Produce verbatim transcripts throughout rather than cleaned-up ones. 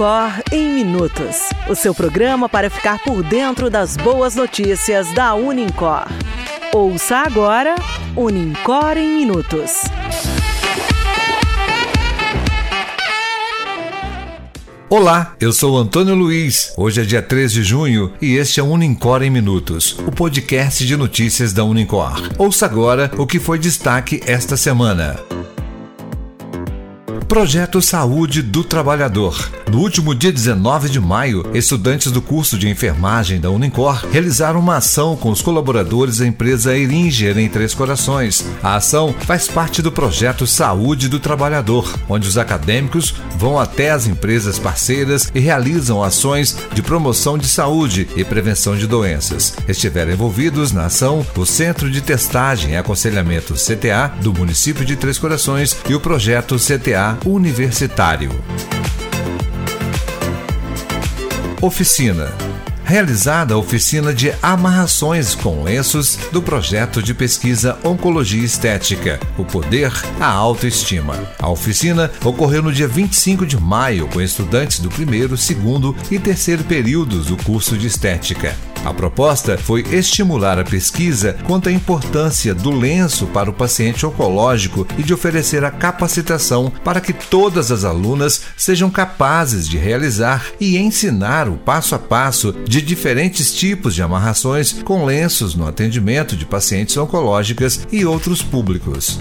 Unicor em Minutos, o seu programa para ficar por dentro das boas notícias da Unicor. Ouça agora Unicor em Minutos. Olá, eu sou Antônio Luiz. Hoje é dia três de junho e este é o Unicor em Minutos, o podcast de notícias da Unicor. Ouça agora o que foi destaque esta semana. Projeto Saúde do Trabalhador. No último dia dezenove de maio, estudantes do curso de enfermagem da Unicor realizaram uma ação com os colaboradores da empresa Eringer em Três Corações. A ação faz parte do projeto Saúde do Trabalhador, onde os acadêmicos vão até as empresas parceiras e realizam ações de promoção de saúde e prevenção de doenças. Estiveram envolvidos na ação o Centro de Testagem e Aconselhamento C T A do município de Três Corações e o projeto C T A Universitário. Oficina. Realizada a oficina de amarrações com lenços do projeto de pesquisa Oncologia Estética, o poder, a autoestima. A oficina ocorreu no dia vinte e cinco de maio com estudantes do primeiro, segundo e terceiro períodos do curso de Estética. A proposta foi estimular a pesquisa quanto à importância do lenço para o paciente oncológico e de oferecer a capacitação para que todas as alunas sejam capazes de realizar e ensinar o passo a passo de diferentes tipos de amarrações com lenços no atendimento de pacientes oncológicas e outros públicos.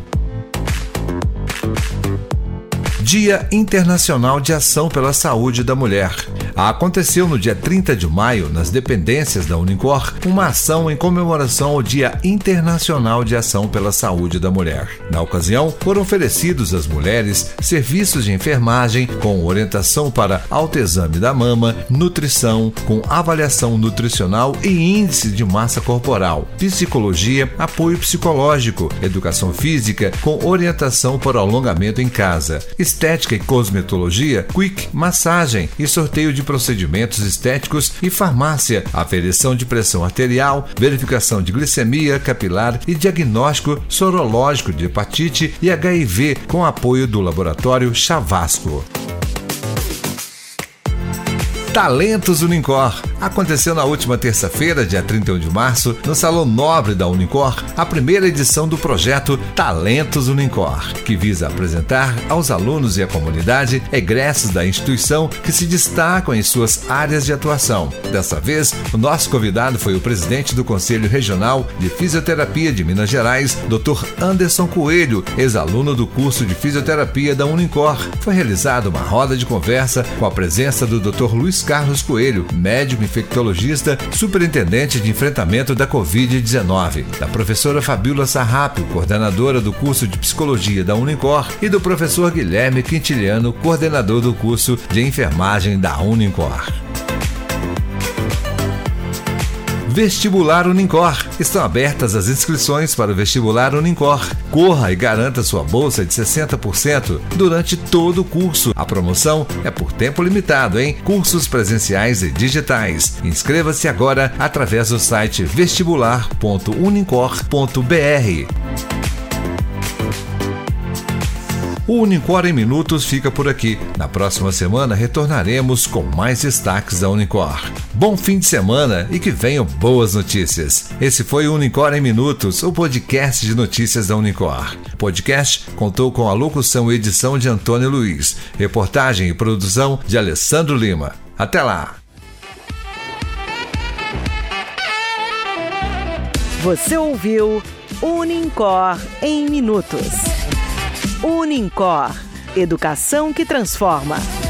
Dia Internacional de Ação pela Saúde da Mulher. Aconteceu no dia trinta de maio, nas dependências da Unicor, uma ação em comemoração ao Dia Internacional de Ação pela Saúde da Mulher. Na ocasião, foram oferecidos às mulheres serviços de enfermagem com orientação para autoexame da mama, nutrição, com avaliação nutricional e índice de massa corporal, psicologia, apoio psicológico, educação física com orientação para o alongamento em casa, estética e cosmetologia, quick, massagem e sorteio de procedimentos estéticos e farmácia, aferição de pressão arterial, verificação de glicemia capilar e diagnóstico sorológico de hepatite e H I V com apoio do laboratório Chavasco. Talentos Unicor. Aconteceu na última terça-feira, dia trinta e um de março, no Salão Nobre da Unicor, a primeira edição do projeto Talentos Unicor, que visa apresentar aos alunos e à comunidade egressos da instituição que se destacam em suas áreas de atuação. Dessa vez, o nosso convidado foi o presidente do Conselho Regional de Fisioterapia de Minas Gerais, doutor Anderson Coelho, ex-aluno do curso de Fisioterapia da Unicor. Foi realizada uma roda de conversa com a presença do doutor Luiz Carlos Coelho, médico infectologista, superintendente de enfrentamento da covid dezenove, da professora Fabíola Sarrapio, coordenadora do curso de Psicologia da Unicor, e do professor Guilherme Quintiliano, coordenador do curso de Enfermagem da Unicor. Vestibular Unicor. Estão abertas as inscrições para o Vestibular Unicor. Corra e garanta sua bolsa de sessenta por cento durante todo o curso. A promoção é por tempo limitado, hein? Cursos presenciais e digitais. Inscreva-se agora através do site vestibular ponto unicor ponto b r. O Unicor em Minutos fica por aqui. Na próxima semana retornaremos com mais destaques da Unicor. Bom fim de semana e que venham boas notícias. Esse foi o Unicor em Minutos, o podcast de notícias da Unicor. O podcast contou com a locução e edição de Antônio Luiz, reportagem e produção de Alessandro Lima. Até lá! Você ouviu Unicor em Minutos. Unicor, educação que transforma.